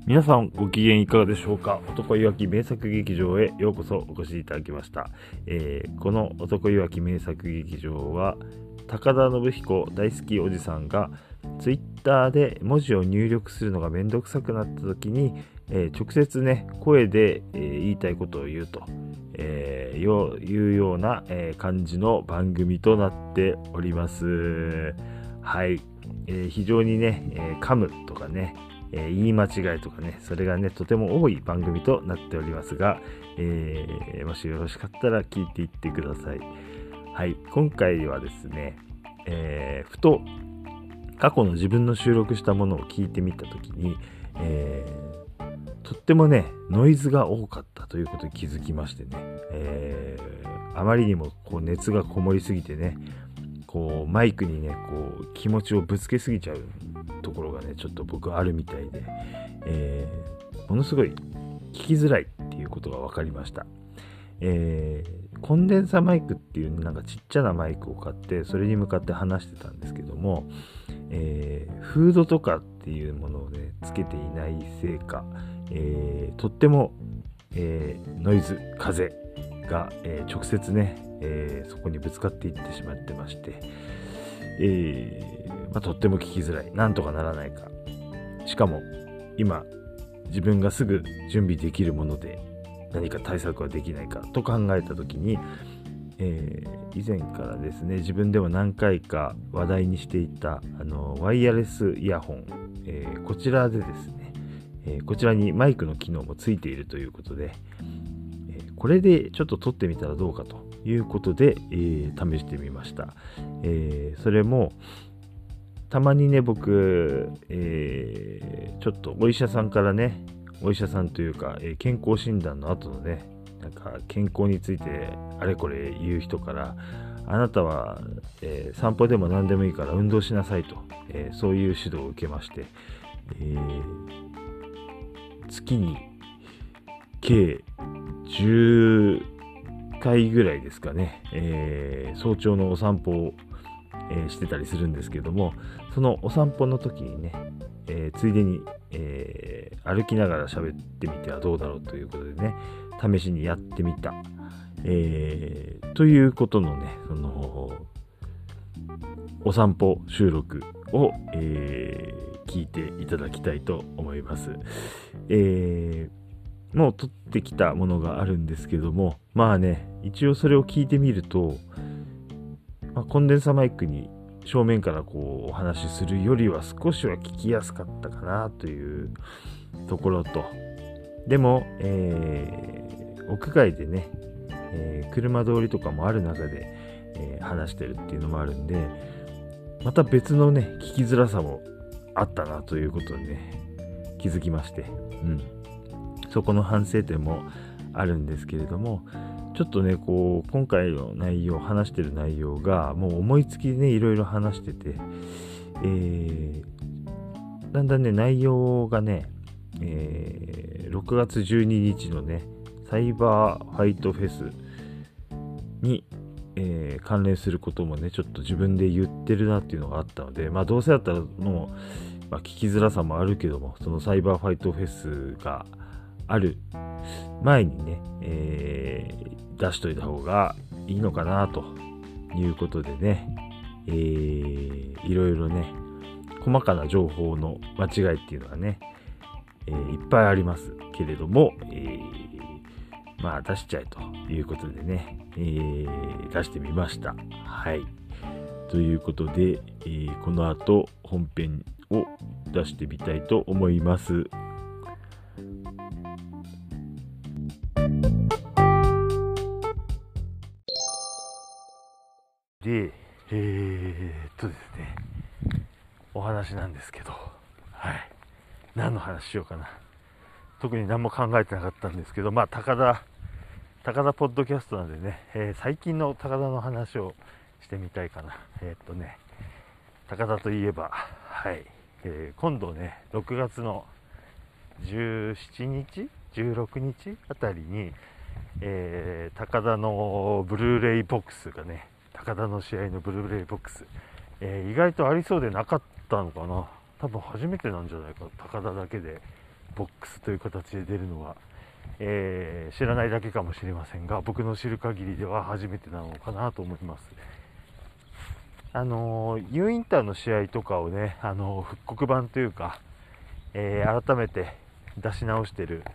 皆さんご機嫌いかがでしょうか。男いわき名作劇場へようこそお越しいただきました。この男いわき名作劇場は高田信彦大好きおじさんがツイッターで文字を入力するのがめんどくさくなった時に、直接ね声で、言いたいことを言うと、いうような、感じの番組となっております。はい、非常にね、噛むとかね、言い間違いとかね、それがねとても多い番組となっておりますが、もしよろしかったら聞いていってください。はい、今回はですね、ふと過去の自分の収録したものを聞いてみたときに、とってもねノイズが多かったということに気づきましてね、あまりにもこう熱がこもりすぎてね、こうマイクにねこう気持ちをぶつけすぎちゃうところがねちょっと僕あるみたいで、ものすごい聞きづらいっていうことが分かりました。コンデンサマイクっていうなんかちっちゃなマイクを買ってそれに向かって話してたんですけども、フードとかっていうものをねつけていないせいか、とっても、ノイズ風が、直接ね、そこにぶつかっていってしまってまして、とっても聞きづらい、なんとかならないか。しかも今自分がすぐ準備できるもので何か対策はできないかと考えた時に、以前からですね自分でも何回か話題にしていたワイヤレスイヤホン、こちらでですね、こちらにマイクの機能もついているということで、これでちょっと撮ってみたらどうかということで、試してみました。それもたまにね僕、ちょっとお医者さんからね、お医者さんというか、健康診断の後のねなんか健康についてあれこれ言う人から、あなたは、散歩でも何でもいいから運動しなさいと、そういう指導を受けまして、月に計10回ぐらいですかね、早朝のお散歩を、してたりするんですけども、そのお散歩の時にね、ついでに、歩きながら喋ってみてはどうだろうということでね試しにやってみた、ということのねそのお散歩収録を、聞いていただきたいと思います。もう撮ってきたものがあるんですけども、まあね一応それを聞いてみると、コンデンサマイクに正面からこうお話しするよりは少しは聞きやすかったかなというところと、でも、屋外でね、車通りとかもある中で、話してるっていうのもあるんで、また別のね聞きづらさもあったなということにね気づきまして、そこの反省点もあるんですけれども、ちょっとねこう今回の内容話してる内容がもう思いつきでねいろいろ話してて、だんだんね内容がね、6月12日のねサイバーファイトフェスに、関連することもねちょっと自分で言ってるなっていうのがあったので、どうせだったらもう、聞きづらさもあるけども、そのサイバーファイトフェスがある前にね、出しといた方がいいのかなということでね、いろいろね細かな情報の間違いっていうのがね、いっぱいありますけれども、出しちゃえということでね、出してみました。はい。ということで、この後本編を出してみたいと思います。で、ですね、お話なんですけど、はい。何の話しようかな。特に何も考えてなかったんですけど、高田ポッドキャストなんでね、最近の高田の話をしてみたいかな。高田といえば、はい、今度ね、6月の17日 ?16 日あたりに、高田のブルーレイボックスがね、高田の試合のブルーレイボックス、意外とありそうでなかったのかな。多分初めてなんじゃないか、高田だけでボックスという形で出るのは、知らないだけかもしれませんが、僕の知る限りでは初めてなのかなと思います。U インターの試合とかをね、復刻版というか、改めて出し直してる、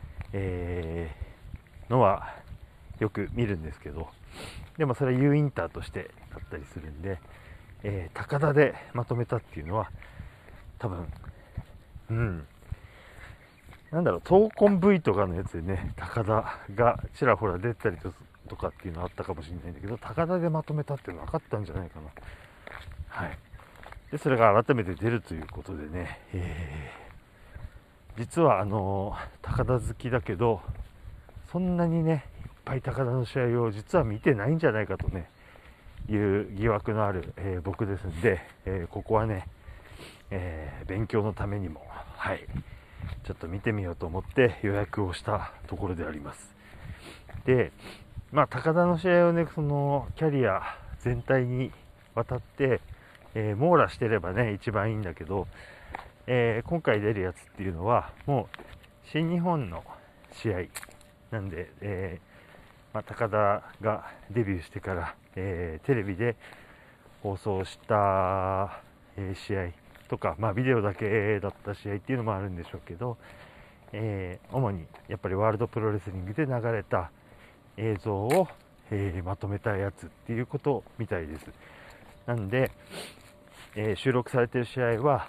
のはよく見るんですけど、でもそれは U インターとしてだったりするんで、高田でまとめたっていうのは多分、なんだろう、闘魂 V とかのやつでね、高田がちらほら出たりとかっていうのあったかもしれないんだけど、高田でまとめたっていうのはなかったんじゃないかな。はい。で、それが改めて出るということでね、実は高田好きだけど、そんなにね、いっぱい高田の試合を実は見てないんじゃないかとね、いう疑惑のある、僕ですんで、ここはね、勉強のためにも、はい、ちょっと見てみようと思って予約をしたところであります。で、高田の試合をね、そのキャリア全体にわたって、網羅してればね一番いいんだけど、今回出るやつっていうのはもう新日本の試合なんで、高田がデビューしてから、テレビで放送した、試合とか、ビデオだけだった試合っていうのもあるんでしょうけど、主にやっぱりワールドプロレスリングで流れた映像を、まとめたやつっていうことみたいです。なんで、収録されている試合は、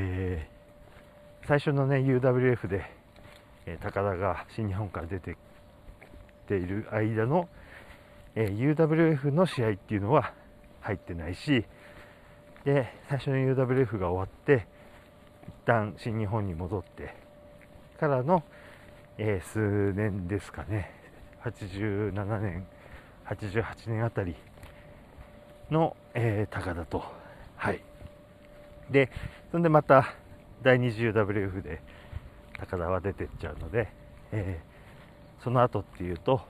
最初のね UWF で、高田が新日本から出てきている間の、UWF の試合っていうのは入ってないし、で最初の UWF が終わって一旦新日本に戻ってからの、数年ですかね、87年88年あたりの、高田と、はい、でそんでまた第2次 UWF で高田は出てっちゃうので、その後っていうと、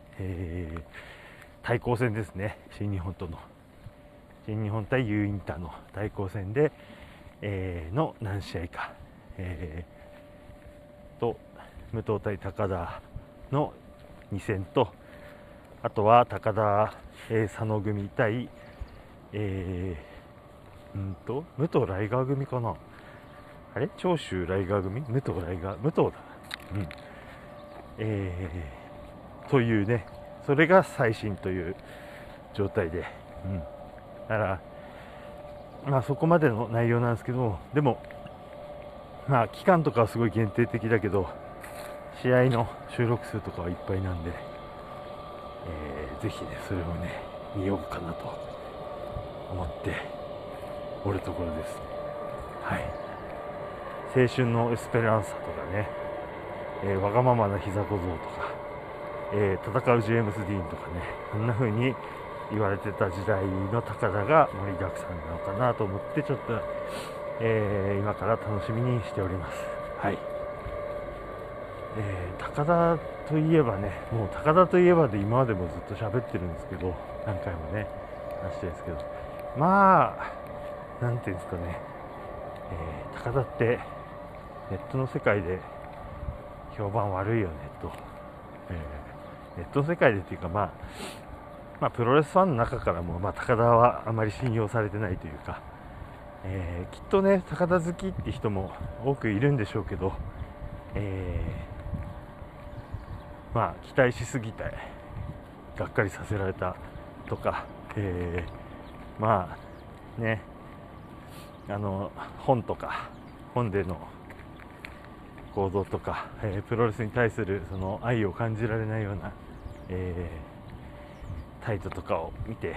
対抗戦ですね、新日本との新日本対 U インターの対抗戦で、の何試合か、と武藤対高田の2戦と、あとは高田、佐野組対、武藤ライガー組かな、あれ長州ライガー組、武藤ライガー、武藤だ、というね、それが最新という状態で、だからそこまでの内容なんですけども、でも期間とかはすごい限定的だけど、試合の収録数とかはいっぱいなんで、ぜひねそれをね見ようかなと思っておるところです。はい。青春のエスペランサとかね、わがままな膝小僧とか、戦うジェームス・ディーンとかね、そんな風に言われてた時代の高田が盛りだくさんなのかなと思って、ちょっと、今から楽しみにしております。はい。高田といえばね、もう高田といえばで今までもずっと喋ってるんですけど、何回もね話してるんですけど、なんていうんですかね、高田ってネットの世界で評判悪いよねと、ネットの世界でっていうか、プロレスファンの中からも、高田はあまり信用されてないというか、きっとね高田好きって人も多くいるんでしょうけど、期待しすぎてがっかりさせられたとか、本とか本での行動とか、プロレスに対するその愛を感じられないような、態度とかを見て、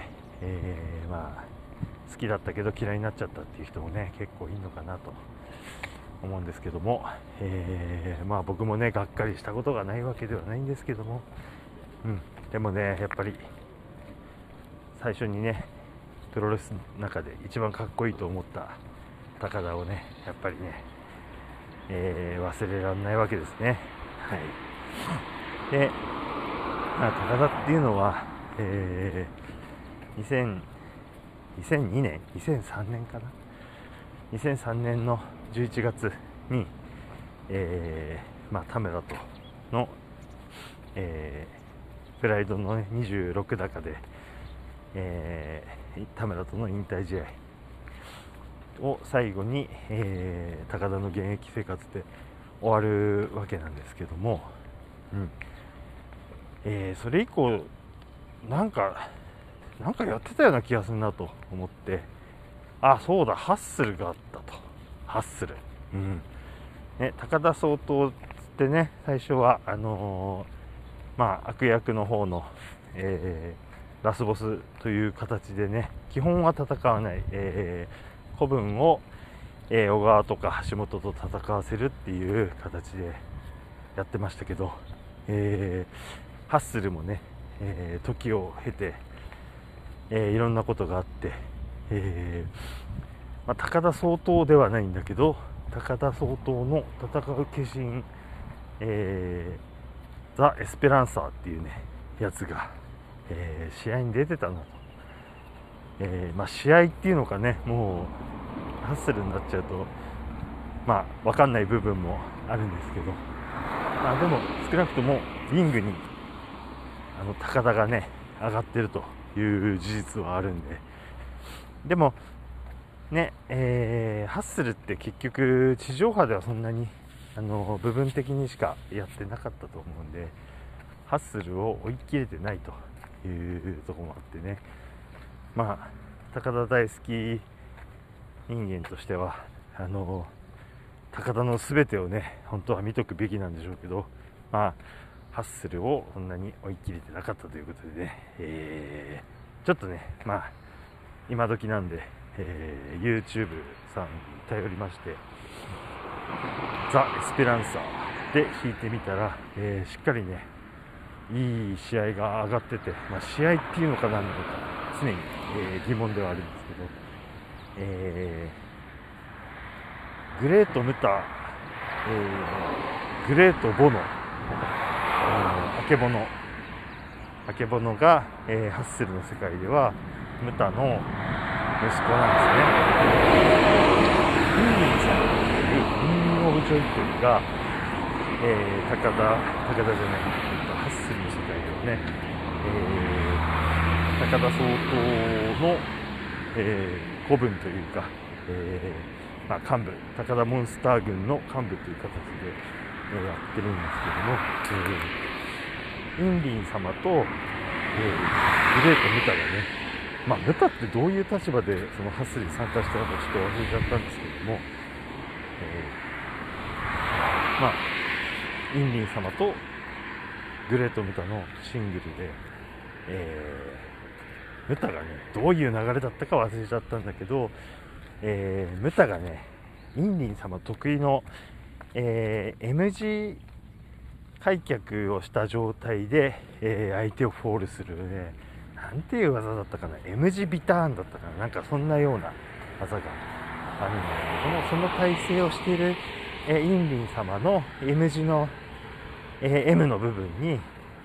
好きだったけど嫌いになっちゃったっていう人もね結構いるのかなと思うんですけども、僕もねがっかりしたことがないわけではないんですけども、でもねやっぱり最初にねプロレスの中で一番かっこいいと思った高田をねやっぱりね、忘れられないわけですね。はい。で、高田っていうのは、2002年2003年かな、2003年の11月に、 田村との、プライドの、ね、26高で、田村との引退試合を最後に、高田の現役生活で終わるわけなんですけども、それ以降なんかやってたような気がするなと思って、そうだ、ハッスルがあったと。ハッスル、高田総統ってね、最初は悪役の方の、ラスボスという形でね、基本は戦わない、子分を、小川とか橋本と戦わせるっていう形でやってましたけど、ハッスルもね、時を経て、いろんなことがあって、高田総統ではないんだけど、高田総統の戦う化身、ザ・エスペランサーっていうねやつが、試合に出てたなと、試合っていうのかね、もうハッスルになっちゃうと分かんない部分もあるんですけど、でも少なくともリングに高田がね上がってるという事実はあるんで、でもね、ハッスルって結局地上波ではそんなに部分的にしかやってなかったと思うんで、ハッスルを追い切れてないというところもあってね、高田大好き人間としては高田の全てをね本当は見とくべきなんでしょうけど、ハッスルをそんなに追い切れてなかったということでね、ちょっとね今時なんで、YouTube さんに頼りましてザ・エスペランサーで弾いてみたら、しっかりねいい試合が上がってて、試合っていうのかなのか常に、疑問ではあるんですけど、グレート・ムタ、グレート・ボノ、アケボノが、ハッスルの世界ではムタの息子なんですね。インディンさんというキングオブジョイトイが、高田じゃないハッスルの世界ではね、高田総統の、子分というか、幹部、高田モンスター軍の幹部という形で、やってるんですけども、インディン様と、グレート・ムタがね、ムタってどういう立場でそのハッスルに参加したのかちょっと忘れちゃったんですけども、インディン様とグレート・ムタのシングルで、ムタがねどういう流れだったか忘れちゃったんだけど、ムタがねインディン様得意の、M 字開脚をした状態で、相手をフォールするね、なんていう技だったかな、 M 字ビターンだったかな、なんかそんなような技があるんだけども、その体勢をしている、インディン様の M 字の、M の部分に、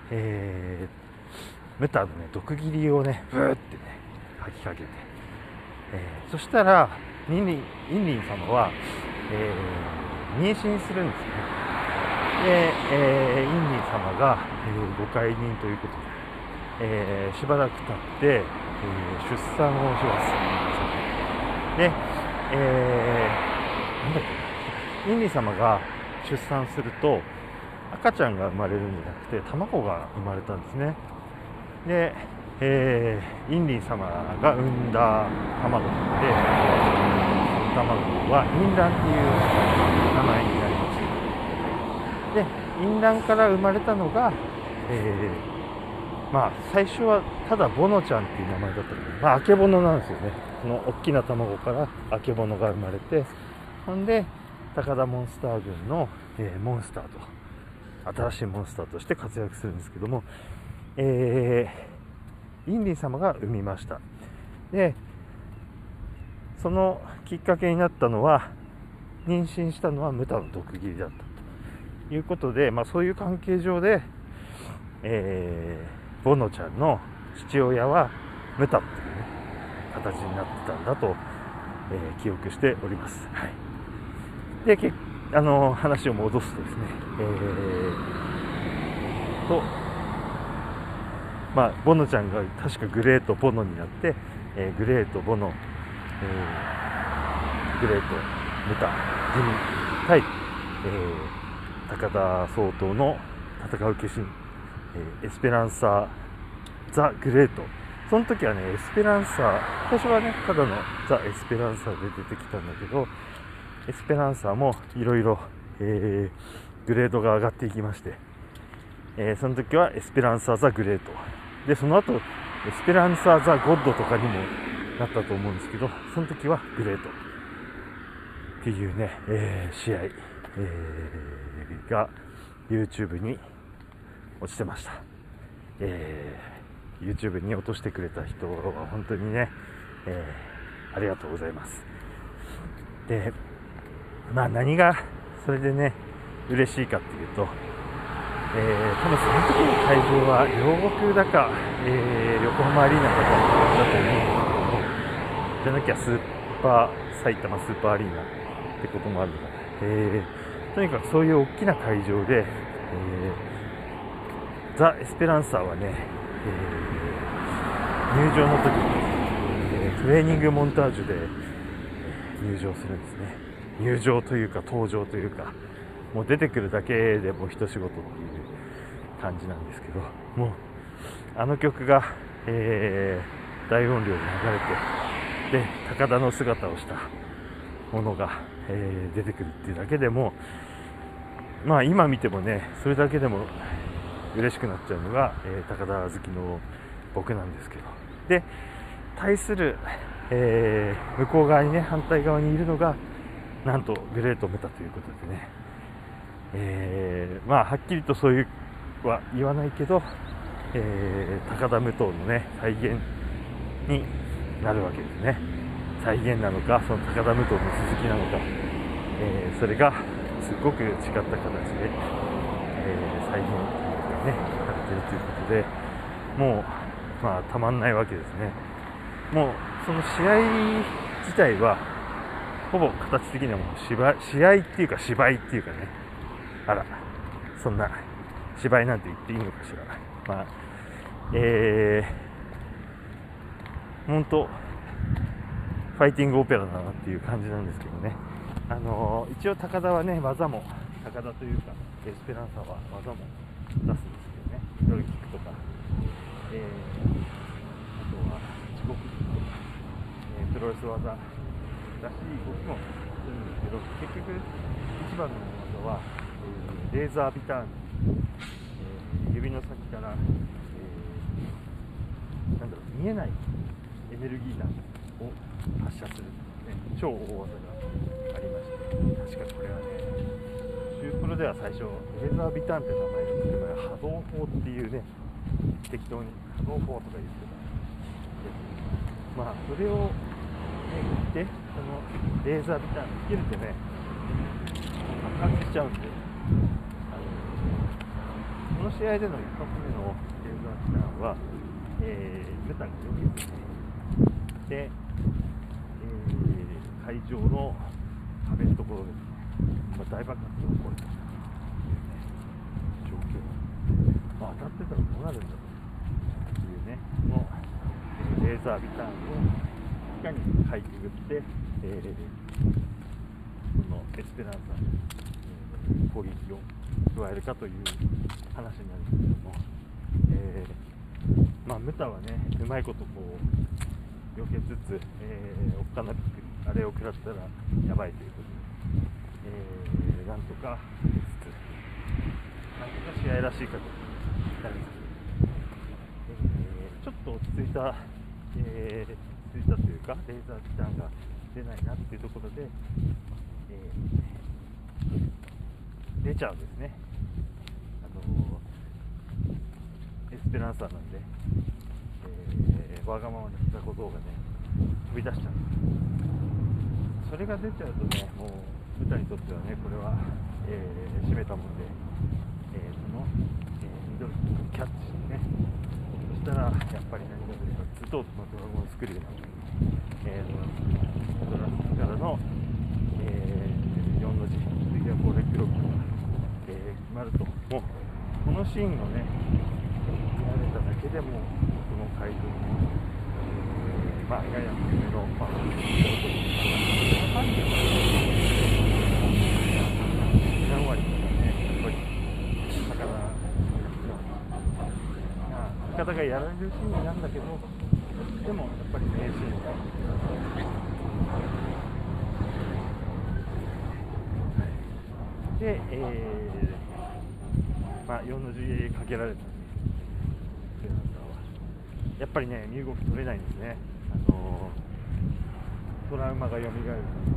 ムタのね毒斬りをねブーってね吐きかけて、そしたらインディン様は、妊娠するんですね。で、インディン様が、ご懐妊ということで、しばらく経って、出産をします。で、なんだっけ、インディ様が出産すると赤ちゃんが生まれるんじゃなくて卵が生まれたんですね。で、インディ様が産んだ卵なので、卵はインランっていう名前になりました。で、インランから生まれたのが、最初はただボノちゃんっていう名前だったけど、アケボノなんですよね。この大きな卵からアケボノが生まれて、ほんで高田モンスター軍の、モンスターと新しいモンスターとして活躍するんですけども、インディ様が産みました。で、そのきっかけになったのは、妊娠したのはムタの毒斬りだったということで、そういう関係上で、ボノちゃんの父親はムタっていう、ね、形になってたんだと、記憶しております。はい。で、結話を戻すとですね、ボノちゃんが確かグレートボノになって、グレートボノ、グレートムタジミ対、高田総統の戦う化身、エスペランサーザ・グレート。その時はね、エスペランサー、最初はねただのザ・エスペランサーで出てきたんだけど、エスペランサーもいろいろグレードが上がっていきまして、その時はエスペランサーザ・グレートで、その後エスペランサーザ・ゴッドとかにもなったと思うんですけど、その時はグレートっていうね、試合、が YouTube に落ちてました。YouTube に落としてくれた人は本当にね、ありがとうございます。で、何がそれでね嬉しいかっていうと、多分その時の会場は両国だか、横浜アリーナだかだと思うんですけど、じゃなきゃ埼玉スーパーアリーナってこともあるので、とにかくそういう大きな会場で、ザ・エスペランサーはね、入場の時に、トレーニングモンタージュで入場するんですね。入場というか登場というか、もう出てくるだけでも一仕事っていう感じなんですけど、もうあの曲が、大音量で流れて、で高田の姿をしたものが、出てくるっていうだけでも、今見てもねそれだけでも嬉しくなっちゃうのが、高田好きの僕なんですけど、で対する、向こう側にね反対側にいるのがなんとグレートムタということでね、はっきりとそういうは言わないけど、高田武藤のね再現になるわけですね。再現なのか、その高田武藤の続きなのか、それがすごく違った形で、再現というかねなっているということで、もうたまんないわけですね。もうその試合自体はほぼ形的にはもう試合っていうか芝居っていうかね、そんな芝居なんて言っていいのかしら。本当ファイティングオペラだなっていう感じなんですけどね。一応高田はね技も、高田というかエスペランサーは技も出すんですけどね、ミドルキックとか、あとは地獄キックとか、プロレス技らしい動きもするんですけど、結局一番の技は、レーザービターン、指の先から、見えないエネルギー弾を発射する、超大技がありまして、確かこれはねシュープロでは最初レーザービターンって名前なんですけど、波動砲っていうね、適当に波動砲とか言ってた。それを、言って、そのレーザービターンつけるとね爆発しちゃうんで、この試合での一発目のレーザービターンは、ムタがよけてで、会場の壁のところで、大爆発が起こるという、状況、当たってたらどうなるんだというね、このレーザービターンをいかにかいくぐって、このエスペランサに攻撃を加えるかという話になるんですけども、ムタはねうまいことこう避けつつ、おっかなびっくりあれを食らったらやばいということで、なんとかつつなんとか試合らしい形になります。ちょっと落ち着いた、というかレーザービターンが出ないなっていうところで、出ちゃうんですね。エスペランサーなんで、わがままな双子動画ね飛び出しちゃう。それが出ちゃうとね、もう舞台にとってはねこれは、締めたもんで、その、ミドルキックをキャッチしてね、そしたらやっぱり何が出るかずっとドラゴンスクリューの、ドラスからの、4の字、次はこのシーンをね見られただけでもこの海軍の、まあやや夢の、まあ、この感じは何割とかねやっぱり味方がやられるシーンなんだけど、でもやっぱり名シーンだ。で、まあ、4の字かけられたやっぱりね、身動き取れないんですね。トラウマが蘇るというか、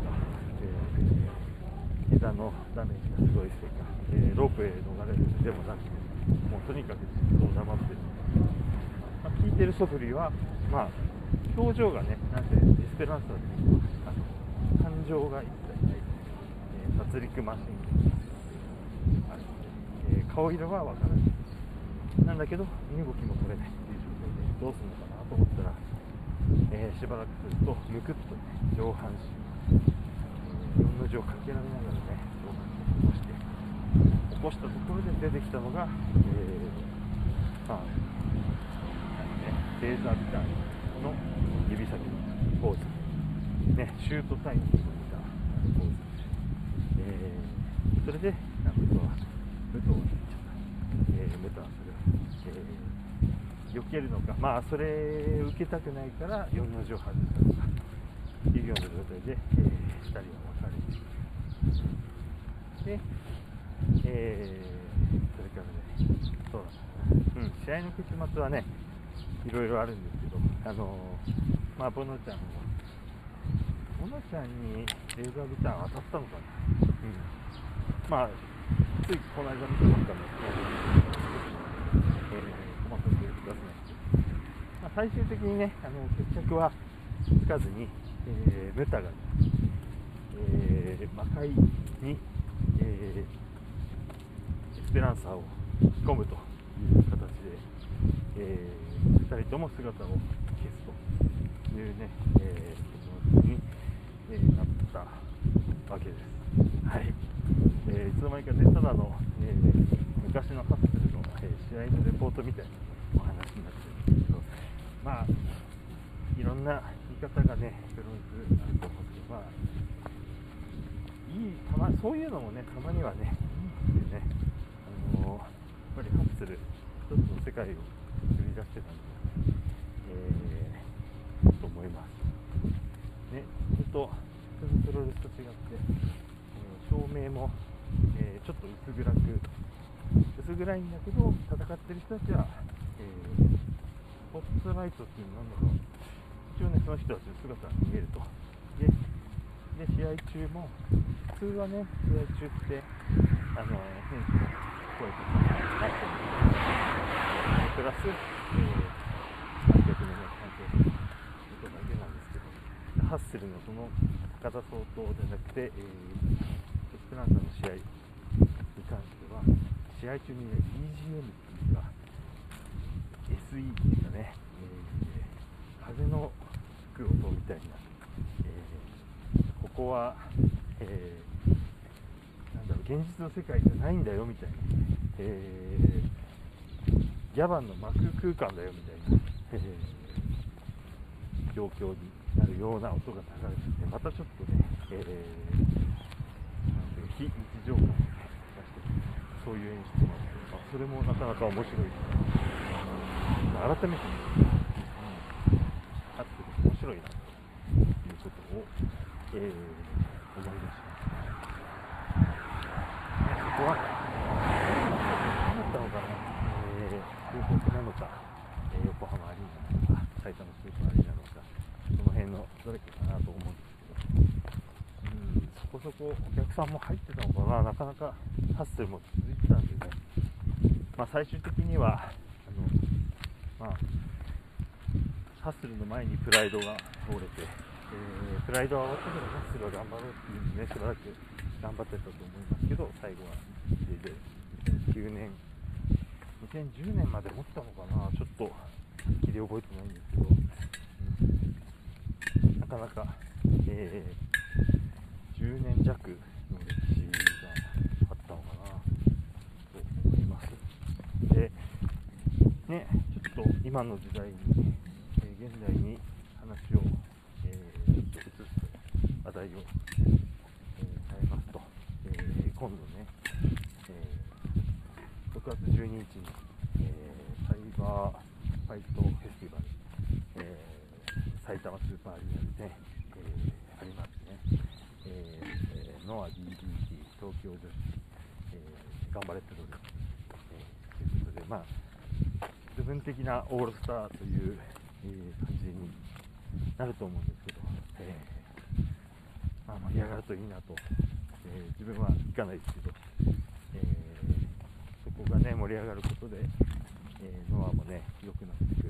膝のダメージがすごいせいか、ロープへ逃れるでもなく、もうとにかくずっと黙ってる。まあ、聞いてる素振りは、まあ、表情がね、なんてエスペランサーで感情が一切ない、殺戮マシンある、顔色は分からないなんだけど身動きも取れないっていう状態でどうするのかなと思ったら、しばらくするとむくっと、ね、上半身、4の字をかけられながらね上半身を起こしたところで出てきたのが、まあレーザービターの指先のポーズ、ね、シュートタイミングの見たポーズ、それで武藤は武藤はそれを、避けるのか、まあそれ受けたくないから4の字を外したのかというような状態で、2人は分かれて、で、それからね、そうだな、試合の結末はねいろいろあるんですけど、まあボノちゃんにレーザービターン当たったのかな、まあついこの間見てばっかり細かく出せないですけど、まあ、最終的にね決着はつかずに、ムタが、魔界に、エスペランサーを引き込むという形で、2人とも姿を消すというね、結末に、なったわけです。はい。いつの間にかね、ただの、昔のハッスルの、試合のレポートみたいなお話になってるんですけど、まあいろんな見方がね、プロレスあると思うんですけど、まあそういうのもね、たまにはね、いいんでね、やっぱりハッスル一つの世界を作り出してたんで、と思います。ね、本当普通のプロレスと違って、照明も、ちょっと薄暗いんだけど、戦ってる人たちは、スポットライトっていうのなんだろう、一応ね、その人たちの姿が見えると。で、試合中も、普通はね、試合中って、選手の声とかなってるんで、プラス、観客のね、関係のことだけなんですけど、ハッスルのその高田総統じゃなくて、エスペランサの試合に関しては、試合中にね、BGM っていうか、SE っていうかね、風の吹く音みたいな、ここは、なんだろう、現実の世界じゃないんだよみたいな、ギャバンの幕空間だよみたいな、状況になるような音が流れてて、またちょっとね、非日常感を、ね、出して、そういう演出もあって、それもなかなか面白い。改めて、あって面白いなということを、思い出しました。そこは何だったのかな、空港なのか、横浜アリーナなのか、埼玉スーパーアリーナなのか、その辺のどれかかなと思うんですけど、そこそこお客さんも入ってたのかな、なかなかハッスルも続いてたんでね、最終的にはハッスルの前にプライドが倒れて、プライドは終わったけどハッスルは頑張ろうっていうのね、しばらく頑張ってたと思いますけど、最後はで2009年2010年まで持ったのかな、ちょっとはっきり覚えてないんですけど、なかなか、10年弱の歴史があったのかなと思います。 ね、ちょっと今の時代に、現代に話を、ちょっと移す話題を、変えますと、今度ね、6月12日に、サイバーファイトフェスティバル、埼玉スーパーアリーナでね、ありますね。ノア DDT 東京女子、頑張れプロレス、ということで、まあ部分的なオールスターという、感じになると思うんですけど、まあ、盛り上がるといいなと、自分は行かないですけど、そこがね盛り上がることで、ノアもね良くなっていく、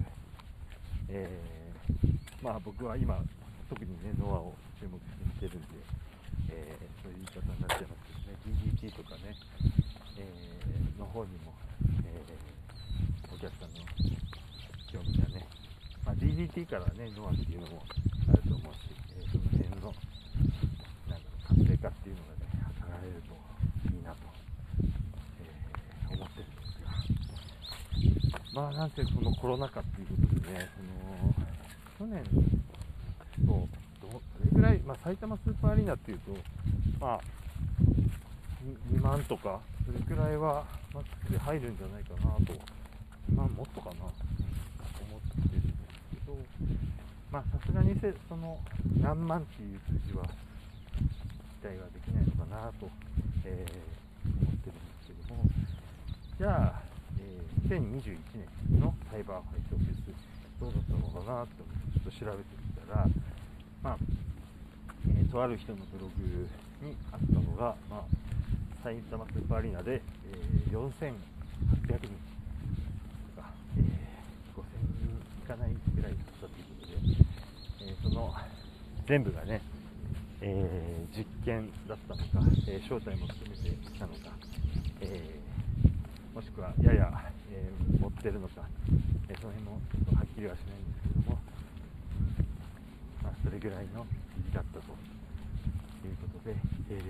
まあ僕は今特にねノアを注目して見てるんで、そういう言い方になっちゃいますけどね、 DDT とかね、の方にも、お客さんの興味がね、まあ、DDT からねノアっていうのもあると思うし、その辺の活性化っていうのがね図られるといいなと、思ってるんですが、まあなんせそのコロナ禍っていうことでね、去年とどれぐらい、まあ、埼玉スーパーアリーナっていうと、まあ2万とかそれくらいはマックスで入るんじゃないかなと、2万もっとかな思ってるんですけど、まあさすがにその何万っていう数字は期待はできないのかなと、思ってるんですけども、じゃあ、2021年のサイバーファイトフェスどうだったのかなって思ってちょっと調べてみたら、まあとある人のブログにあったのが、まあ、埼玉スーパーアリーナで、4800人とか、5000人いかないぐらいだったということで、その全部がね、実験だったのか、招待も含めてきたのか、もしくはやや、持ってるのか、その辺もちょっとはっきりはしないんですけども、まあ、それぐらいの意義だったということで、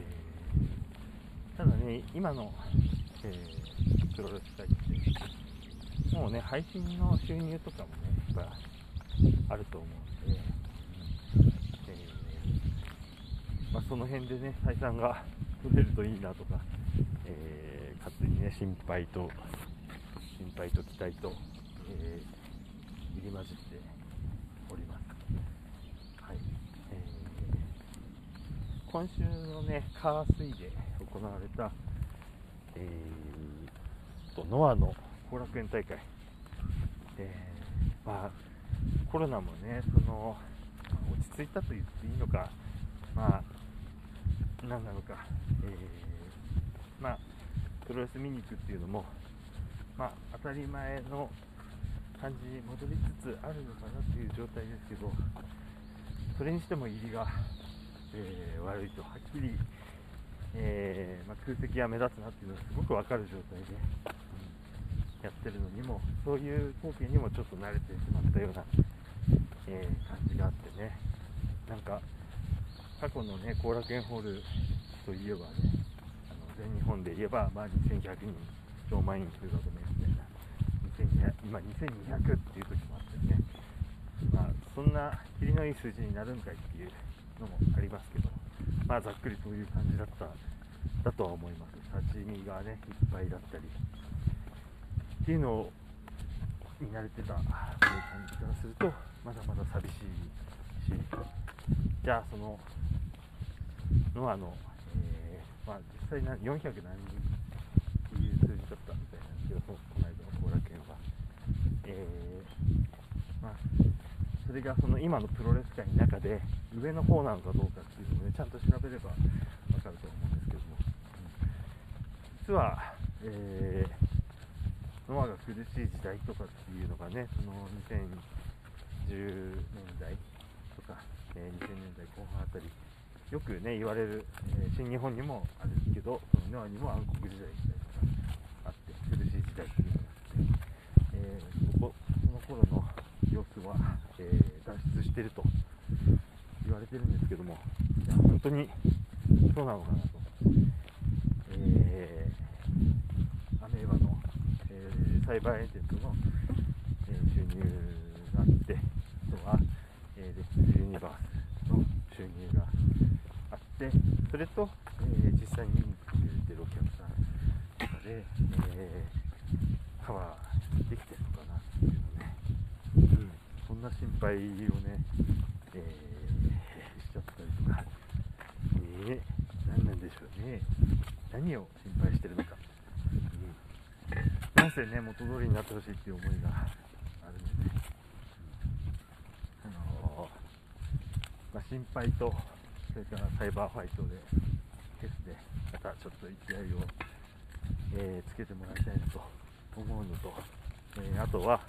ただね、今の、プロレス界ってもうね配信の収入とかもねやっぱあると思うので、まあ、その辺でね採算が取れるといいなとか、勝手にね心配と期待と、入り混じっております。はい。今週のね火水で行われた、ノアの後楽園大会、まあコロナもね落ち着いたと言っていいのか、まあ何なのか、まあプロレス見に行くっていうのもまあ当たり前の感じに戻りつつあるのかなという状態ですけど、それにしても入りが、悪いとはっきり、まあ、空席が目立つなっていうのがすごく分かる状態で、やってるのにもそういう光景にもちょっと慣れてしまったような、感じがあってね、なんか過去のね後楽園ホールといえばね、全日本で言えば、まあ、2100人超満員数がごめんみたいな、今2200っていう時もあってね、まあそんな切りのいい数字になるんかいっていうのもありますけど、まあざっくりそういう感じだとは思います。立ち見がねいっぱいだったりっていうのに慣れてた感じからするとまだまだ寂しいし、じゃあそのノアの、まあ実際400何人っていう数字だったみたいなんですけど、この間の後楽園は、まあそれがその今のプロレス界の中で上の方なのかどうかっていうのをねちゃんと調べれば分かると思うんですけども、実は、ノアが苦しい時代とかっていうのがね、その2010年代とか、2000年代後半あたりよくね言われる、新日本にもあるけどそのノアにも暗黒時代みたいなのがあって苦しい時代っていうのがあって、その頃の様子は、脱出してると言われてるんですけども、いや本当にそうなのかなと、アメーバの、サイバーエージェントのがあって、あとは、レッツユニバースの収入があって、それと、実際に見に来てくれてるお客さんとかで、カバーできてるのかなっていうのね、そんな心配をね、しちゃったりとか、何なんでしょうね、何を心配してるのか、なんせね、元通りになってほしいっていう思いがあるので、心配と、それからサイバーファイトでテスでまたちょっと勢いを、つけてもらいたいなと思うのと、あとは、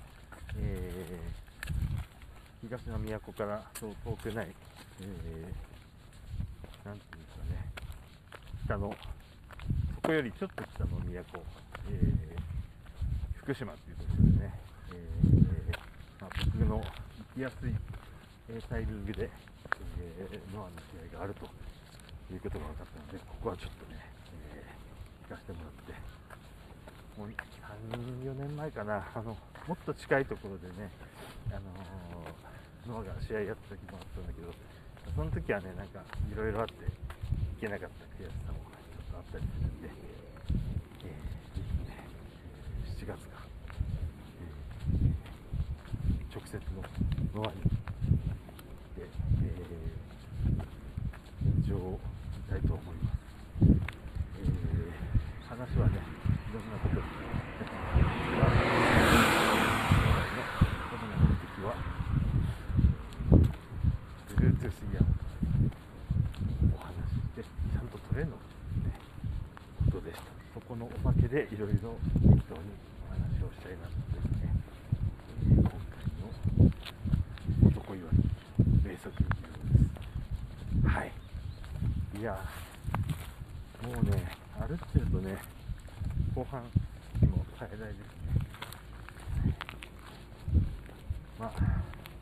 東の都からそう遠くない、なんていうんですかね、北の、そこよりちょっと北の都、福島っていうところですね、僕の行きやすい、タイミングで、ノアの試合があるということが分かったので、ここはちょっとね、行かせてもらって、もう3、4年前かな、もっと近いところでね、ノアが試合やった時もあったんだけど、その時はね、なんかいろいろあって行けなかった悔しさもちょっとあったりするんで、ぜひね、7月か、直接のノアに行って、現状を見たいと思います。話はね、いろんなことになってますが、主な目的は Bluetooth イヤホンお話ししてちゃんと取れるのかというね、ことでした。そこのおまけでいろいろ適当にお話をしたいなというね、今回の男岩名作劇場です。はい。いやもうね、歩ってるとね、後半にも変えないですね。まあ、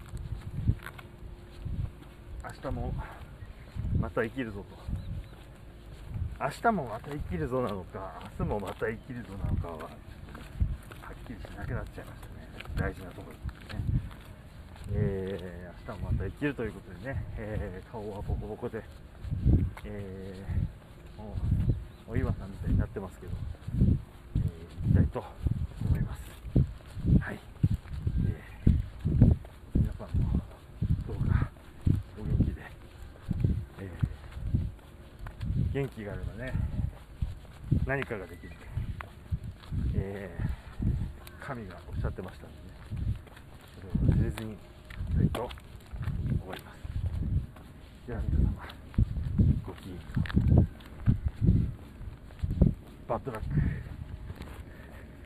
明日もまた生きるぞと。明日もまた生きるぞなのか、明日もまた生きるぞなのかは、はっきりしなくなっちゃいましたね。大事なところですね。明日もまた生きるということでね、顔はボコボコで、もうお岩さんみたいになってますけど、行きたいと思います。はい。皆さんもどうかお元気で、元気があればね、何かができると、神がおっしゃってましたのでね、それを忘れずにいきたいと思います。では皆様、ごきげんよう。バッドラック。